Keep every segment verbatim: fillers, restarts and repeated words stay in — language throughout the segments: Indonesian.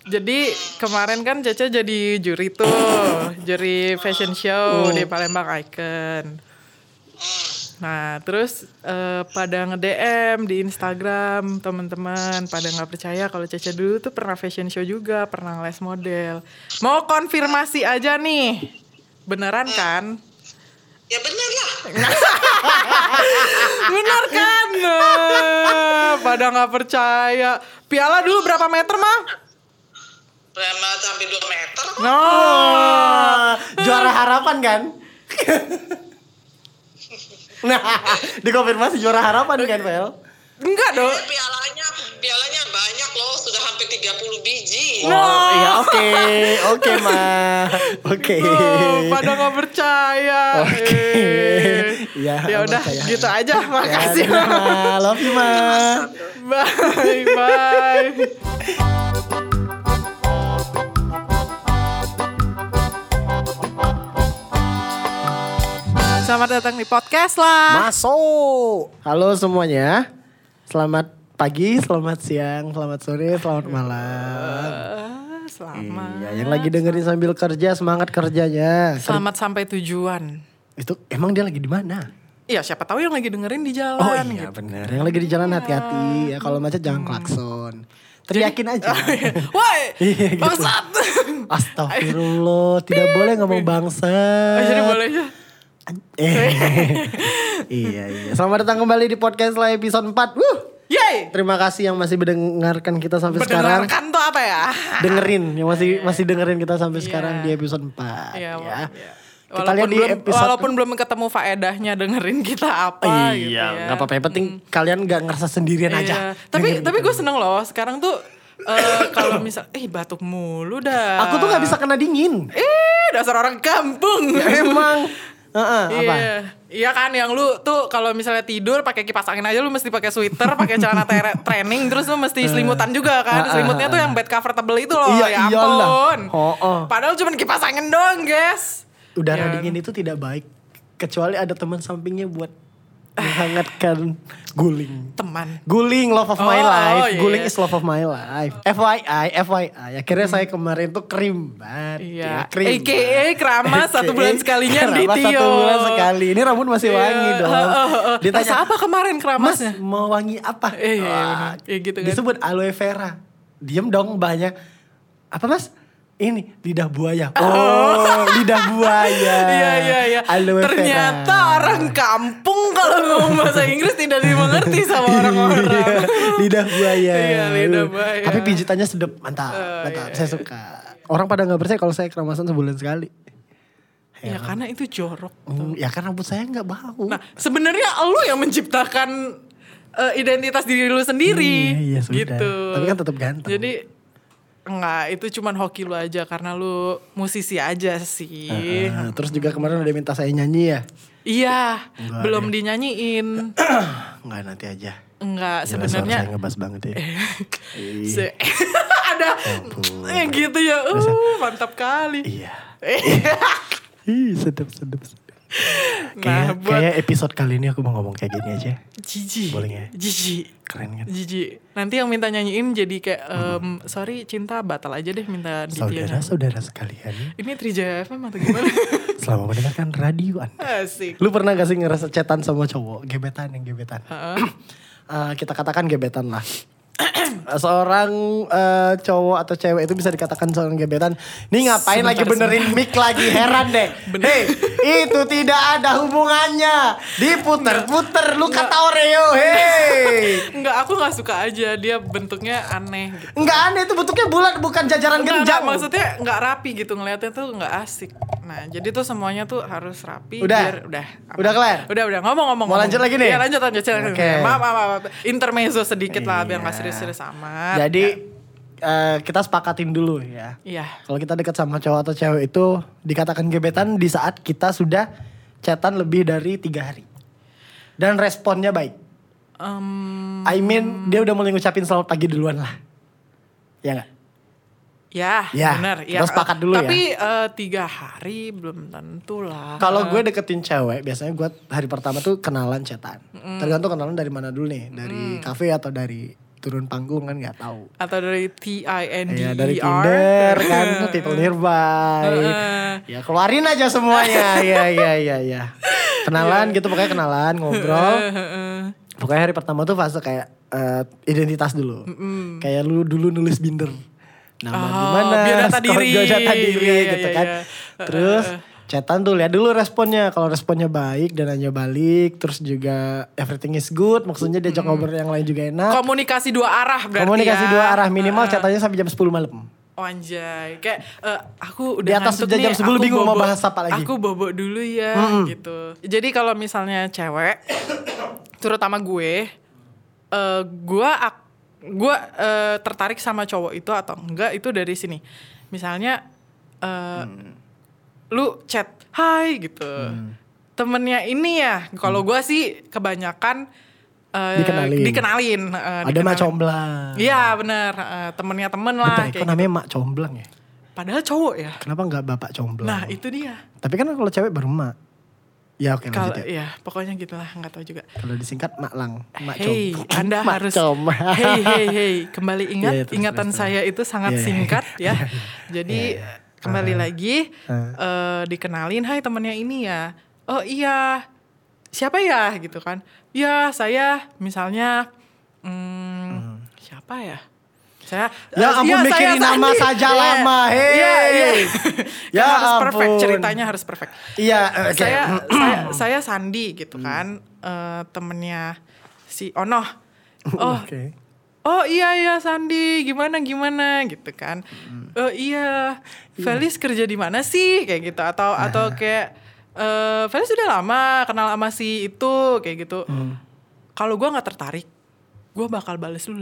Jadi kemarin kan Caca jadi juri tuh, juri fashion show di Palembang Icon. Nah terus uh, pada nge-D M di Instagram teman-teman pada nggak percaya kalau Caca dulu tuh pernah fashion show juga, pernah les model. Mau konfirmasi aja nih, beneran kan? Ya bener lah. Bener kan? Nah, pada nggak percaya. Piala dulu berapa meter mah? Lama sampai dua meter. No. Oh, juara harapan kan? Nah, dikonfirmasi juara harapan kan, Fel? Enggak dong. Eh, pialanya, pialanya banyak loh, sudah hampir tiga puluh biji. Oh, No. iya oke, oke mah, oke. Oh, pada nggak percaya. Oke. Eh. Ya, Ya udah, percaya. gitu aja. Makasih. Ya, Ma. Love you, Ma. Bye, bye. Selamat datang di podcast lah. Masuk. Halo semuanya. Selamat pagi, selamat siang, selamat sore, selamat malam. Uh, selamat. Iya, yang lagi dengerin sambil kerja, semangat kerjanya. Selamat sampai tujuan. Itu emang dia lagi di mana? Iya, siapa tahu yang lagi dengerin di jalan. Oh iya, gitu. benar. Yang lagi di jalan hati-hati. Ya kalau macet jangan klakson. Teriakin aja. Woi, Iya, gitu. bangsat. Astagfirullah, tidak boleh ngomong bangsat. Oh, jadi boleh ya. Eh. Iya, iya. Selamat datang kembali di podcast lah episode empat. Wuh. Yeay. Terima kasih yang masih mendengarkan kita sampai sekarang. Mendengarkan tuh apa ya? Dengerin, yang masih masih dengerin kita sampai Iya. sekarang di episode empat. Iya, ya. iya. Kita Walaupun lihat di belum, episode walaupun belum ketemu faedahnya dengerin kita apa gitu ya. Iya, nggak apa-apa. Yang penting kalian nggak ngerasa sendirian Iya. aja. Tapi Dengerin tapi kita. gue seneng loh. Sekarang tuh uh, kalau misal, eh batuk mulu dah. Aku tuh nggak bisa kena dingin. Eh dasar orang kampung. Ya, emang. Heeh, apa? Iya, iya kan yang lu tuh kalau misalnya tidur pakai kipas angin aja lu mesti pakai sweater, pakai celana ter- training, terus lu mesti selimutan juga kan. Selimutnya tuh yang bed cover tebel itu loh. Iya, Ya iyalah. ampun. Oh, oh. Padahal cuma kipas angin doang, guys. Udara Ya. dingin itu tidak baik. Kecuali ada teman sampingnya buat menghangatkan guling. Teman. Guling love of my Oh, life. oh, iya. Guling is love of my life. F Y I, F Y I. Akhirnya saya kemarin tuh krim banget. Iya. Ya, krim A K A keramas satu bulan sekalinya di Keramas Tio. satu bulan sekali. Ini rambut masih wangi Iya. dong. Oh, oh, oh. Ditanya, Rasa apa kemarin Mas keramasnya? mau wangi apa? Eh, iya, Wah, bener. Iya, gitu kan. Disebut aloe vera. Diem dong banyak. Apa mas? Ini lidah buaya. Oh, lidah buaya. Iya iya iya. Aloe vera. Ternyata orang kampung kalau ngomong bahasa Inggris tidak dimengerti sama orang-orang. Iya, lidah buaya. Iya, lidah buaya. Tapi pijitannya sedap, mantap, Oh, mantap. iya, Saya iya. suka. Orang pada nggak percaya kalau saya keramasan sebulan sekali. Ya karena itu jorok. Hmm, ya kan rambut saya nggak bau. Nah sebenarnya lu yang menciptakan uh, identitas diri lu sendiri. Iya, iya, sudah. Gitu. Tapi kan tetap ganteng. Jadi enggak, itu cuman hoki lu aja karena lu musisi aja sih. Ah, terus juga kemarin udah minta saya nyanyi ya. Iya, Enggak belum deh. dinyanyiin. Nggak, nanti aja. Enggak, Gila, suara sebenarnya saya ngebas banget ya. Ih, Se- ada ampun. eh, gitu ya. Uh, mantap kali. Iya. Ih, sedap, sedap, sedap. Nah, Kayak, buat kayak episode kali ini aku mau ngomong kayak gini aja. Jiji. Boleh nggak? Jiji. Keren kan? Jiji. Nanti yang minta nyanyiin jadi kayak em, sorry cinta batal aja deh minta Ditya nyanyi. Saudara-saudara sekalian, Ini Trijaya F M atau gimana? selamat mendengarkan radio Anda. Asik. Lu pernah gak sih ngerasa chatan sama cowok? Gebetan yang gebetan. Heeh. Eh, kita katakan gebetan lah. Seorang eh, cowok atau cewek itu bisa dikatakan seorang gebetan. Nih ngapain Sebentar, lagi benerin mic lagi, heran deh. Hei, itu tidak ada hubungannya. Diputer-puter lu kata Oreo. Hei. Enggak, aku gak suka aja. Dia bentuknya aneh gitu. Enggak aneh, itu bentuknya bulat bukan jajaran Enggak, genjang. enggak, maksudnya nggak rapi gitu ngeliatnya tuh nggak asik. Nah jadi tuh semuanya tuh harus rapi. Udah? Biar, udah. aman. Udah kelar? Udah udah ngomong-ngomong. Mau lanjut lagi nih? Iya lanjut lanjut. lanjut. Oke. Maaf, maaf maaf. Intermezzo sedikit lah biar Iya. nggak serius-serius amat. Jadi eh, kita sepakatin dulu ya. Iya. Kalau kita dekat sama cowok atau cewek itu dikatakan gebetan di saat kita sudah chatan lebih dari tiga hari. Dan responnya baik. Em, I mean dia udah mulai ngucapin selamat pagi duluan lah. Ya gak? ya, Ya, benar. kita sepakat dulu ya. Tapi eh, tiga hari belum tentu lah. Kalau gue deketin cewek biasanya gue hari pertama tuh kenalan chatan. Tergantung kenalan dari mana dulu nih. Dari kafe atau dari turun panggung kan nggak tahu. Atau dari T I N D E R. Ya dari Tinder kan people nearby. Ya keluarin aja semuanya. Ya ya ya ya. Kenalan gitu pokoknya kenalan ngobrol. Pokoknya hari pertama tuh fase kayak uh, identitas dulu. Mm-mm. Kayak lu dulu nulis binder. Nama oh, gimana? Biar data diri. Data diri iya, gitu iya, kan. iya. Terus chatan tuh lihat dulu responnya. Kalau responnya baik dan nanya balik, terus juga everything is good, maksudnya diajak hmm. ngobrol yang lain juga enak. Komunikasi dua arah berarti. Komunikasi ya. dua arah minimal uh, chatannya sampai jam sepuluh malam. Oh anjay, kayak uh, aku udah di atas ngantuk nih, jam sepuluh bingung bobo, mau bahas apa lagi. Aku bobo dulu ya hmm. gitu. Jadi kalau misalnya cewek, terutama gue, uh, gue gue uh, tertarik sama cowok itu atau enggak itu dari sini. Misalnya. Uh, hmm. Lu chat, hai gitu. Hmm. Temennya ini ya, kalau hmm. gue sih kebanyakan uh, dikenalin. dikenalin uh, Ada mak comblang. Iya benar, uh, temennya temen lah. Bentar, kok namanya gitu. Mak comblang ya? Padahal cowok ya. Kenapa gak bapak comblang? Nah itu dia. Tapi kan kalau cewek baru mak. Ya oke Kalo, lanjut ya. Iya pokoknya gitulah, gak tahu juga. Kalau disingkat mak lang, mak hey, comblang. Anda mak harus, comblang. hey hey hey, kembali ingat, yeah, terus, ingatan terus, saya itu sangat yeah, singkat ya. Jadi... Yeah. Kembali uh, lagi uh. Uh, dikenalin, hai temennya ini ya. Oh iya, siapa ya gitu kan? Ya saya misalnya hmm, uh. siapa ya? Saya ya uh, ampun ya, mikirin nama Sandi. Saja yeah. lama. Hei. Yeah, yeah. ya harus ampun. Perfect, ceritanya harus perfect. Iya. Okay. Saya saya saya Sandi gitu kan, uh, temennya si Ono. Oh. Okay. Oh iya iya Sandi, gimana gimana gitu kan. Hmm. Oh iya, Felis yeah. kerja di mana sih kayak gitu atau uh. atau kayak uh, Felis sudah lama kenal sama si itu kayak gitu. Hmm. Kalau gue nggak tertarik, gue bakal bales lu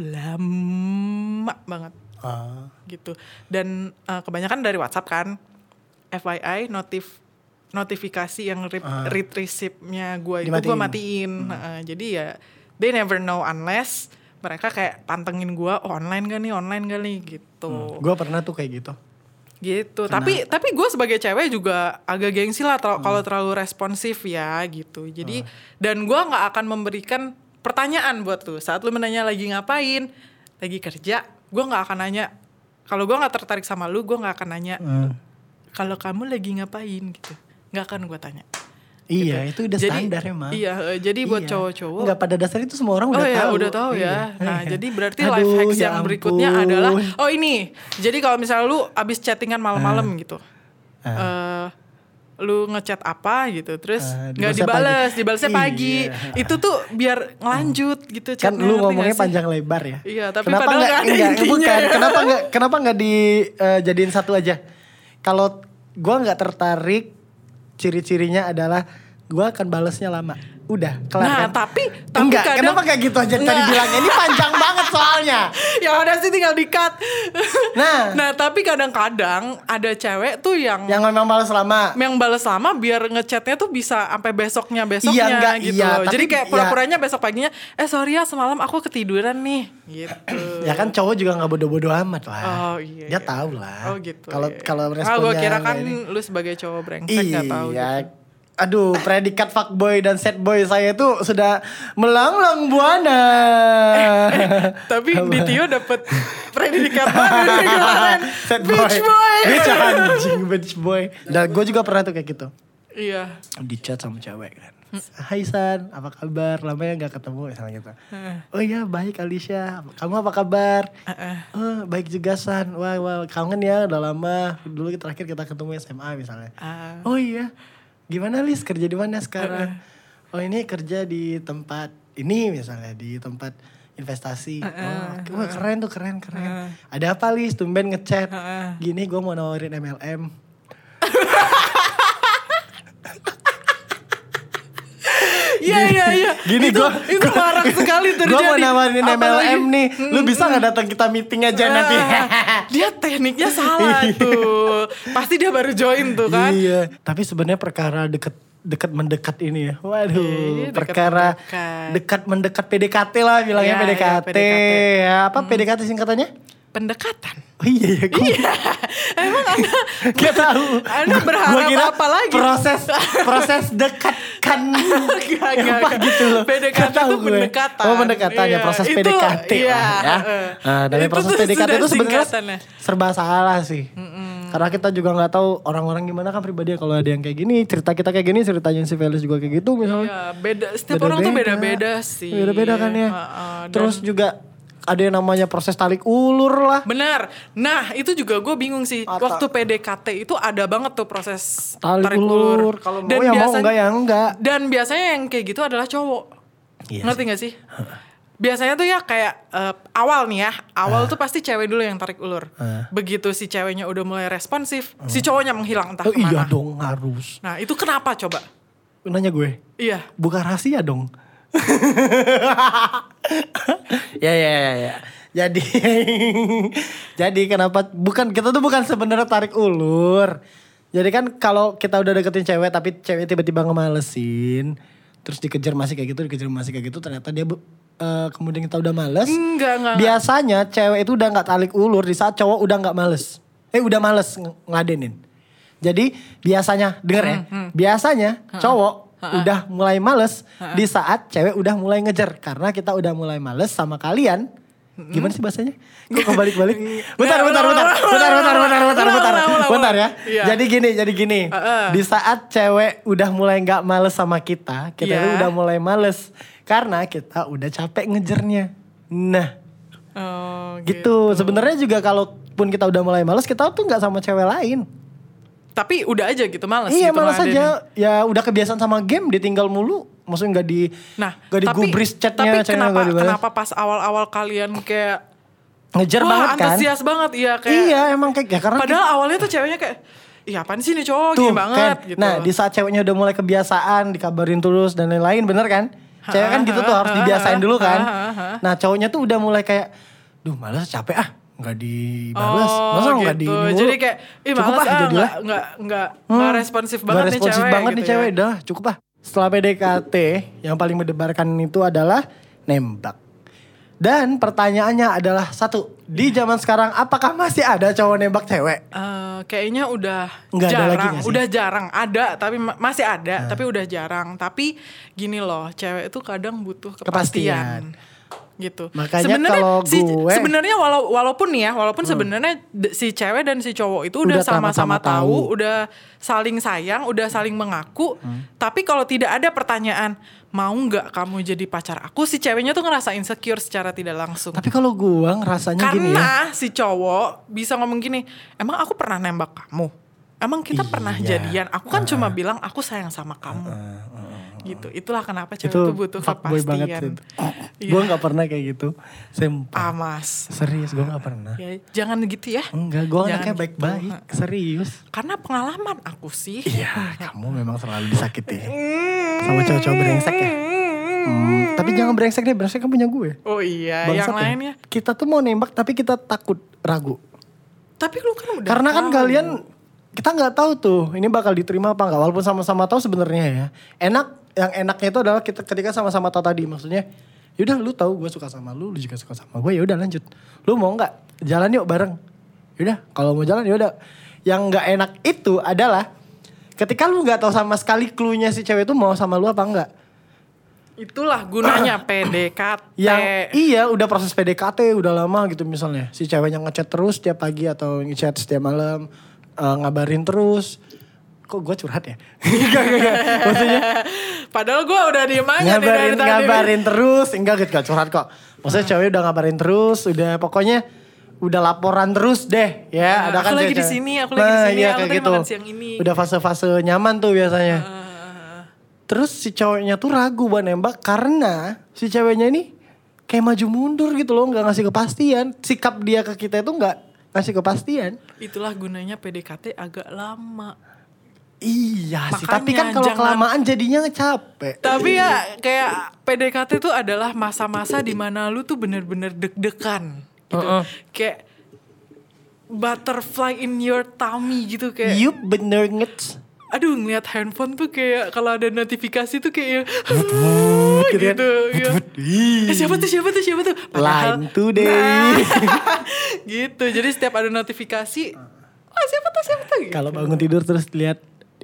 lama banget. Uh. Gitu. Dan uh, kebanyakan dari WhatsApp kan, F Y I notif notifikasi yang re- uh. read receipt-nya gue itu gue matiin. Hmm. Uh, jadi ya they never know unless mereka kayak pantengin gue, oh online gak nih, online gak nih gitu. Hmm, gue pernah tuh kayak gitu. Gitu, pernah. tapi tapi gue sebagai cewek juga agak gengsi lah ter- hmm. kalau terlalu responsif ya gitu. Jadi hmm. dan gue nggak akan memberikan pertanyaan buat lu saat lu menanya lagi ngapain, lagi kerja. Gue nggak akan nanya. Kalau gue nggak tertarik sama lu, gue nggak akan nanya. Hmm. Kalau kamu lagi ngapain gitu, nggak akan gue tanya. Iya gitu. Itu udah jadi, standar emang. Iya jadi buat iya. cowok-cowok. Enggak pada dasarnya itu semua orang oh udah ya, tahu. udah tahu iya. ya. Nah iya. jadi berarti Aduh, life hacks ya yang ampun. berikutnya adalah. Oh ini. Jadi kalau misalnya lu abis chattingan malam-malam uh. gitu. Uh. Uh, lu ngechat apa gitu. Terus uh, gak dibales. Pagi. Dibalesnya pagi. Iya. Itu tuh biar ngelanjut gitu chatnya. Kan lu ngomongnya panjang lebar ya. Iya tapi kenapa padahal gak, gak ada enggak, intinya. Bukan. Kenapa gak, kenapa gak dijadiin uh, satu aja. Kalau gue gak tertarik. Ciri-cirinya adalah gue akan balesnya lama. Udah kelar nah, kan? tapi tapi enggak, kadang, kenapa gak gitu aja nah. Tadi bilangnya ini panjang banget soalnya. Ya udah sih tinggal di-cut. Nah, nah tapi kadang-kadang ada cewek tuh yang yang memang balas lama. Yang balas lama biar ngechatnya tuh bisa sampai besoknya besoknya iya, enggak, gitu. Iya, Jadi kayak iya. pura-puranya besok paginya, eh sorry ya semalam aku ketiduran nih. Gitu. Ya kan cowok juga nggak bodoh-bodoh amat lah. Oh iya. Dia tahu lah. Oh gitu. Kalau iya. kalau responnya. Ah gue kira kan ini. Lu sebagai cowok brengsek nggak tahu. Iya. Gitu. Aduh, predikat fuckboy dan sad boy saya tuh sudah melanglang buana. Eh, tapi di Tio dapet predikat baru nih kemarin. Sad boy. Beach boy. Beach anjing, beach boy. Dan gue juga pernah tuh kayak gitu. Iya. Di chat sama cewek kan. Hai San, apa kabar? Lama ya gak ketemu misalnya gitu. Uh. Oh iya baik Alicia, kamu apa kabar? Uh -uh. Oh baik juga San, wah wah kangen ya udah lama. Dulu terakhir kita ketemu S M A misalnya. Uh. Oh iya. Gimana Lis, kerja di mana sekarang? Uh-uh. Oh ini kerja di tempat ini misalnya, di tempat investasi. Uh-uh. Oh wah, keren tuh, keren, keren. Uh-uh. Ada apa Lis, tumben ngechat. Uh-uh. Gini gue mau nawarin M L M. Iya iya iya. Gini itu, gue itu marah sekali terjadi. Gue mau nawarin M L M nih. Hmm. Lu bisa gak datang kita meeting aja uh, nanti? Dia tekniknya salah tuh. Pasti dia baru join tuh kan. Iya. Tapi sebenarnya perkara deket dekat mendekat ini ya. Waduh, e, perkara mendekat. dekat mendekat P D K T lah bilangnya ya, P D K T. Ya, P D K T. Ya, apa hmm. P D K T singkatannya? Pendekatan. Oh iya ya. Gua... Iya. Emang Anda gak tahu. Anda berharap gua kira apa lagi? Proses proses dekat K Bukan. Enggak, enggak, Apa enggak. gitu loh. P D K T Nggak tahu itu gue. pendekatan. Oh pendekatannya, Iya, proses itu, P D K T iya, lah ya. uh, Nah dari itu proses tuh P D K T sudah itu sebenarnya singkatannya. serba salah sih. Mm-mm. Karena kita juga gak tahu orang-orang gimana kan pribadi. Kalau ada yang kayak gini, cerita kita kayak gini, ceritanya si Felix juga kayak gitu misalnya. Iya, beda. Setiap orang tuh beda-beda sih. Beda-beda kan ya. Uh, uh, Terus juga ada yang namanya proses tarik ulur lah. Benar. Nah itu juga gue bingung sih. Atau- Waktu P D K T itu ada banget tuh proses Tarik, tarik ulur. ulur. Kalau mau ya mau, enggak ya enggak. Dan biasanya yang kayak gitu adalah cowok. Iya Ngerti sih. gak sih? Biasanya tuh ya kayak uh, awal nih ya. Awal tuh pasti cewek dulu yang tarik ulur. Ah. Begitu si ceweknya udah mulai responsif, si cowoknya menghilang entah Oh iya kemana. dong harus. Nah itu kenapa coba? Nanya gue. Iya. Buka rahasia dong. ya ya ya ya. Jadi jadi kenapa bukan kita tuh bukan sebenarnya tarik ulur. Jadi kan kalau kita udah deketin cewek tapi cewek tiba-tiba ngemalesin, terus dikejar masih kayak gitu, dikejar masih kayak gitu, ternyata dia uh, kemudian kita udah males. Enggak, enggak. Biasanya cewek itu udah nggak tarik ulur di saat cowok udah nggak males. Eh udah males ng- ngeladenin. Jadi biasanya denger ya, Hmm, hmm. biasanya cowok Ha-ha. udah mulai males Ha-ha. di saat cewek udah mulai ngejar. Karena kita udah mulai males sama kalian. Gimana sih bahasanya? Kok kebalik-balik? Bentar, bentar, bentar. Bentar, bentar, bentar, bentar, bentar. Bentar ya. Iya. Jadi gini, jadi gini. Uh-uh. Di saat cewek udah mulai gak males sama kita, kita Iya. tuh udah mulai males. Karena kita udah capek ngejarnya. Nah, Oh, gitu. Sebenarnya juga kalaupun kita udah mulai males, kita tuh gak sama cewek lain. Tapi udah aja gitu malas. Iya gitu malas ngeladenin. aja. Ya udah kebiasaan sama game, ditinggal mulu. Maksudnya gak di Nah, gak digubris chatnya. tapi ceweknya kenapa gak dibalas. kenapa pas awal-awal kalian kayak Ngejar wah, banget kan. antusias banget iya kayak. Iya emang kayak ya karena Padahal awalnya tuh ceweknya kayak iya apaan sih nih cowok tuh, gini banget kan. gitu. Nah di saat ceweknya udah mulai kebiasaan, dikabarin terus dan lain-lain, bener kan? Cewek kan gitu tuh harus dibiasain dulu kan. Nah cowoknya tuh udah mulai kayak, duh males capek ah, nggak dibales, Oh, masa gitu. nggak di ini mulu? Jadi kayak ih Cukup males ah, ah, jadilah. nggak nggak nggak Hmm, nggak responsif nggak banget nih responsif cewek. banget gitu nih cewek, ya. dah cukup ah. Setelah P D K T yang paling mendebarkan itu adalah nembak. Dan pertanyaannya adalah satu, di zaman sekarang apakah masih ada cowok nembak cewek? Eh, kayaknya udah Nggak ada jarang, lagi nggak sih? udah jarang ada, tapi ma- masih ada, tapi udah jarang. Tapi gini loh, cewek itu kadang butuh kepastian, gitu. Makanya Sebenarnya kalau si- gue- sebenarnya walau, walaupun nih ya, walaupun sebenarnya d- si cewek dan si cowok itu udah Udah sama-sama sama-sama tahu, tahu. udah saling sayang, udah saling mengaku. Tapi kalau tidak ada pertanyaan, mau nggak kamu jadi pacar aku, si ceweknya tuh ngerasa insecure secara tidak langsung. Tapi kalau gue ngerasanya gini ya. Karena si cowok bisa ngomong gini, emang aku pernah nembak kamu? Emang kita Iya. pernah jadian? Aku kan cuma bilang aku sayang sama kamu. Gitu. Itulah kenapa cewek Itu itu butuh fuckboy banget kepastian. sih. Iya. Gue gak pernah kayak gitu. Sumpah. Ah mas. Serius gue gak pernah. Ya, jangan gitu ya. Enggak, gue anaknya Jangan baik-baik. gitu. Serius. Karena pengalaman aku sih. Iya, kamu memang selalu disakiti. Sama cowok-cowok brengsek ya. Hmm, tapi jangan brengsek deh, brengsek kan punya gue. Oh iya, Bangsat yang ya. lainnya. Kita tuh mau nembak tapi kita takut, ragu. Tapi lu kan udah Karena kan tahu. kalian, kita gak tahu tuh ini bakal diterima apa enggak. Walaupun sama-sama tahu sebenarnya ya. Enak, yang enaknya itu adalah kita ketika sama-sama tahu tadi. Maksudnya, yaudah lu tahu gue suka sama lu, lu juga suka sama gue, yaudah lanjut. Lu mau gak? Jalan yuk bareng. Yaudah, kalau mau jalan yaudah. Yang gak enak itu adalah ketika lu gak tahu sama sekali cluenya si cewek itu mau sama lu apa enggak. Itulah gunanya P D K T. Yang iya udah proses P D K T udah lama gitu misalnya. Si ceweknya ngechat terus tiap pagi atau ngechat setiap malam. Uh, ngabarin terus. Kok gue curhat ya? Gak, gak, gak. Maksudnya Padahal gue udah diem aja nih ngabarin, dari tadi. ngabarin terus. Enggak gitu, gak curhat kok. Maksudnya cewek udah ngabarin terus. Udah pokoknya udah laporan terus deh. Ya, Nah, ada kan aku lagi cewek- di sini, aku lagi di sini, iya, aku kayak tadi gitu. makan siang ini. Udah fase-fase nyaman tuh biasanya. Uh, Terus si cowoknya tuh ragu buat nembak karena si ceweknya ini kayak maju mundur gitu loh, nggak ngasih kepastian. Sikap dia ke kita itu nggak ngasih kepastian. itulah gunanya P D K T agak lama. Iya sih, Makanya tapi kan kalau jangan- kelamaan jadinya capek. Tapi ya kayak P D K T itu adalah masa-masa dimana lu tuh bener-bener deg-degan gitu. Uh-uh. Kayak butterfly in your tummy gitu kayak. Yup, bener nget. Aduh ngeliat handphone tuh kayak kalau ada notifikasi tuh kayak gitu kan. gitu. Ya. Eh, siapa tuh siapa tuh siapa tuh? Line today. Nah, gitu. Jadi setiap ada notifikasi, ah siapa tuh siapa tuh? Gitu. Kalau bangun tidur terus lihat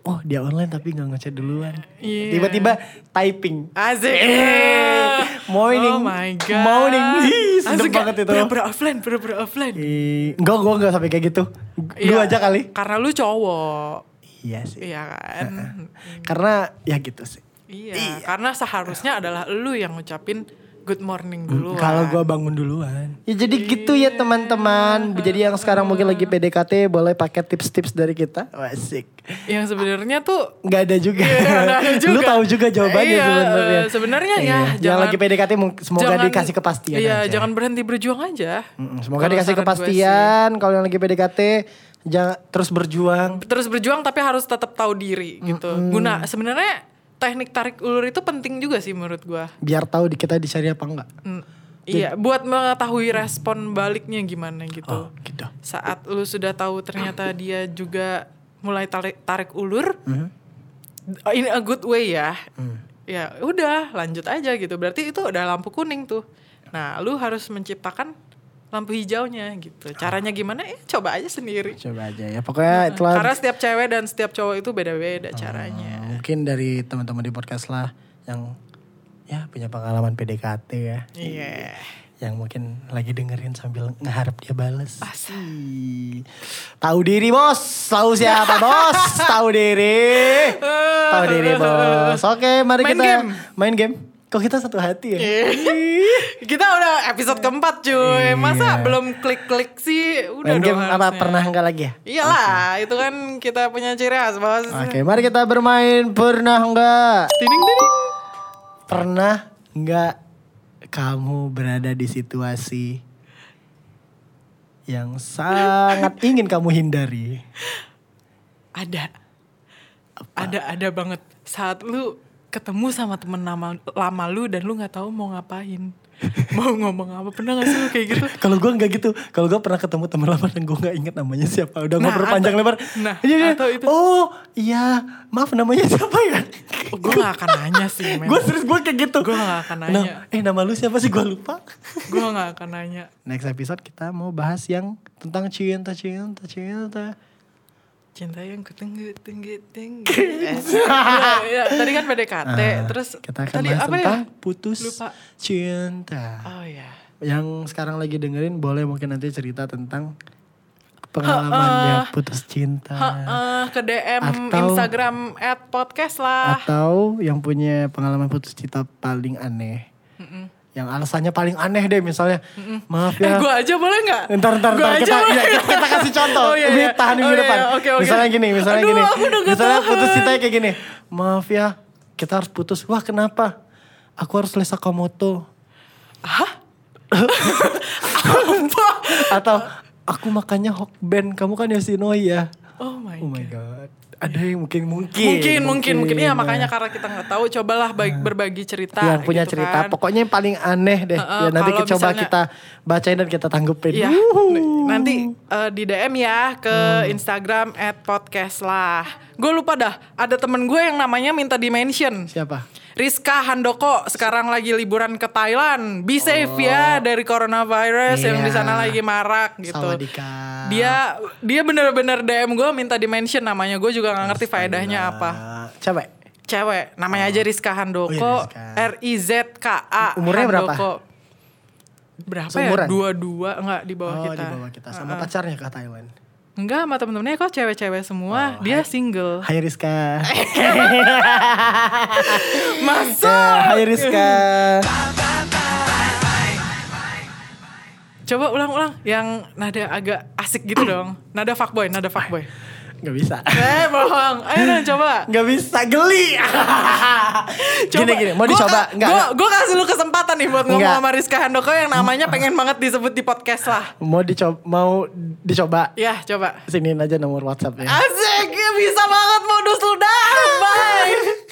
oh dia online tapi gak ngechat duluan. Iya. Tiba-tiba typing. Asik. Morning. Oh my god. Morning. Ih, sedep Asik banget itu. Pura-pura offline, pura-pura offline. Eh, enggak, gue enggak sampai kayak gitu. Lu Iya, aja kali. Karena lu cowok. Iya sih. Iya kan. Karena ya gitu sih. Iya, karena seharusnya adalah lu yang ngucapin good morning dulu. Kalau gue bangun duluan. Ya jadi gitu ya teman-teman. Jadi yang sekarang mungkin lagi P D K T boleh pakai tips-tips dari kita. Wah, asik. Yang sebenarnya tuh Nggak ada juga. Iya, nggak ada juga. Lu tahu juga jawabannya Iya, sebenarnya. Sebenarnya ya, Iya. Yang jangan- lagi P D K T mung- semoga jangan- dikasih kepastian Iya, aja. jangan berhenti berjuang aja. Mm-mm, semoga Kalau dikasih saran gue kepastian. Kalau yang lagi P D K T jangan terus berjuang. Terus berjuang tapi harus tetap tahu diri gitu. Guna sebenarnya teknik tarik ulur itu penting juga sih menurut gua. Biar tahu di kita dicari apa enggak. Mm, iya, buat mengetahui respon baliknya gimana gitu. Oh, gitu. Saat lu sudah tahu ternyata dia juga mulai tarik tarik ulur, Mhm. in a good way ya. Mm. Ya udah lanjut aja gitu. Berarti itu udah lampu kuning tuh. Nah, lu harus menciptakan lampu hijaunya gitu. Caranya gimana? Ya coba aja sendiri. Coba aja ya. Pokoknya itulah. Karena setiap cewek dan setiap cowok itu beda-beda caranya. Uh, mungkin dari teman-teman di podcast lah yang ya punya pengalaman P D K T ya. Iya. Yang mungkin lagi dengerin sambil ngeharap dia bales. Asik. Tahu diri bos. Tahu siapa bos? Tahu diri. Tahu diri bos. Oke, mari Main kita game. main game. Kok kita satu hati ya? Kita udah episode keempat cuy. Masa belum klik-klik sih? Udah Main dong game apa harusnya. pernah enggak lagi ya? Iyalah, itu kan kita punya ciri khas bos. Oke, mari kita bermain pernah enggak? Tiding tiding. Pernah enggak kamu berada di situasi yang sangat ingin kamu hindari? Ada. Ada ada banget. Saat lu ketemu sama temen lama, lama lu dan lu nggak tahu mau ngapain. Mau ngomong apa, pernah gak sih lu kayak gitu? Kalau gue nggak gitu, kalau gue pernah ketemu teman lama dan gue nggak inget namanya siapa, udah Nah, ngobrol atau- panjang lebar. nah, Iya, atau itu. oh iya, maaf namanya siapa ya? Oh, gue gak akan nanya sih men. Gue serius gue kayak gitu. Gue gak akan Nah, nanya. eh nama lu siapa sih, gue lupa. Gue gak akan nanya. Next episode kita mau bahas yang tentang cinta, cinta, cinta. Cinta yang ketenggu tenggu tenggu. Eh, ya, ya, tadi kan P D K T, Ah, terus kita akan tadi bahas apa tentang ya? putus Lupa. cinta. Oh ya. Yang sekarang lagi dengerin boleh mungkin nanti cerita tentang pengalamannya putus cinta. Heeh, ke D M Atau- Instagram at podcast lah. Atau yang punya pengalaman putus cinta paling aneh. Yang alasannya paling aneh deh misalnya. Maaf Eh, ya. gue aja boleh nggak? Ntar, ntar, Gua ntar. aja Kita, boleh. ya, kita, kita kasih contoh. Oh, iya, Ini iya. tahan minggu Oh, iya, depan. iya. Oke, oke. Misalnya gini, misalnya Aduh, gini. aku udah nggak Misalnya tahan. putus cinta kayak gini. Maaf ya, kita harus putus. Wah kenapa? Aku harus les Sakamoto. Atau aku makannya Hokben, kamu kan Yoshinoi ya. Oh my Oh my god. god. Ada yang mungkin mungkin. Mungkin, mungkin, mungkin. Iya Nah. makanya karena kita nggak tahu, cobalah bagi, berbagi cerita. Yang punya gitu cerita, kan. pokoknya yang paling aneh deh. Heeh, Ya nanti kalau kita coba misalnya- kita bacain dan kita tanggepin. Iya, Wuhu. nanti eh, di D M ya ke Hmm. Instagram at podcast lah. Gue lupa dah, ada temen gue yang namanya minta dimension. Siapa? Rizka Handoko sekarang lagi liburan ke Thailand. Be safe ya dari coronavirus yang di sana Oh. Iya. lagi marak gitu. Sawadika. Dia dia bener-bener D M gue minta dimension namanya. Gue juga nggak ngerti faedahnya apa. Coba. Cewek, namanya aja Rizka Handoko. Oh iya, Rizka. R I Z K A. Umurnya berapa? Handoko. Berapa Seumuran? ya? Dua-dua enggak di bawah Oh kita. di bawah kita. Sama pacarnya ke Thailand. Enggak, sama temen-temennya kok cewek-cewek semua. Oh, Dia hai. single. Hai Rizka. Masuk. Ya, hai Rizka. Coba ulang-ulang yang nada agak asik gitu dong. Nada fuckboy, nada fuckboy. Gak bisa. Eh, bohong. Ayo dong coba. Gak bisa, geli. Coba. Gini gini, mau Gua dicoba? ka- Enggak. Gua, enggak. gua kasih lu kesempatan nih buat ngomong Enggak. sama Rizka Handoko yang namanya pengen banget disebut di podcast lah. Mau dicoba? Mau dicoba? Ya, coba. Siniin aja nomor WhatsApp ya. Asik, bisa banget modus lu dah. Bye.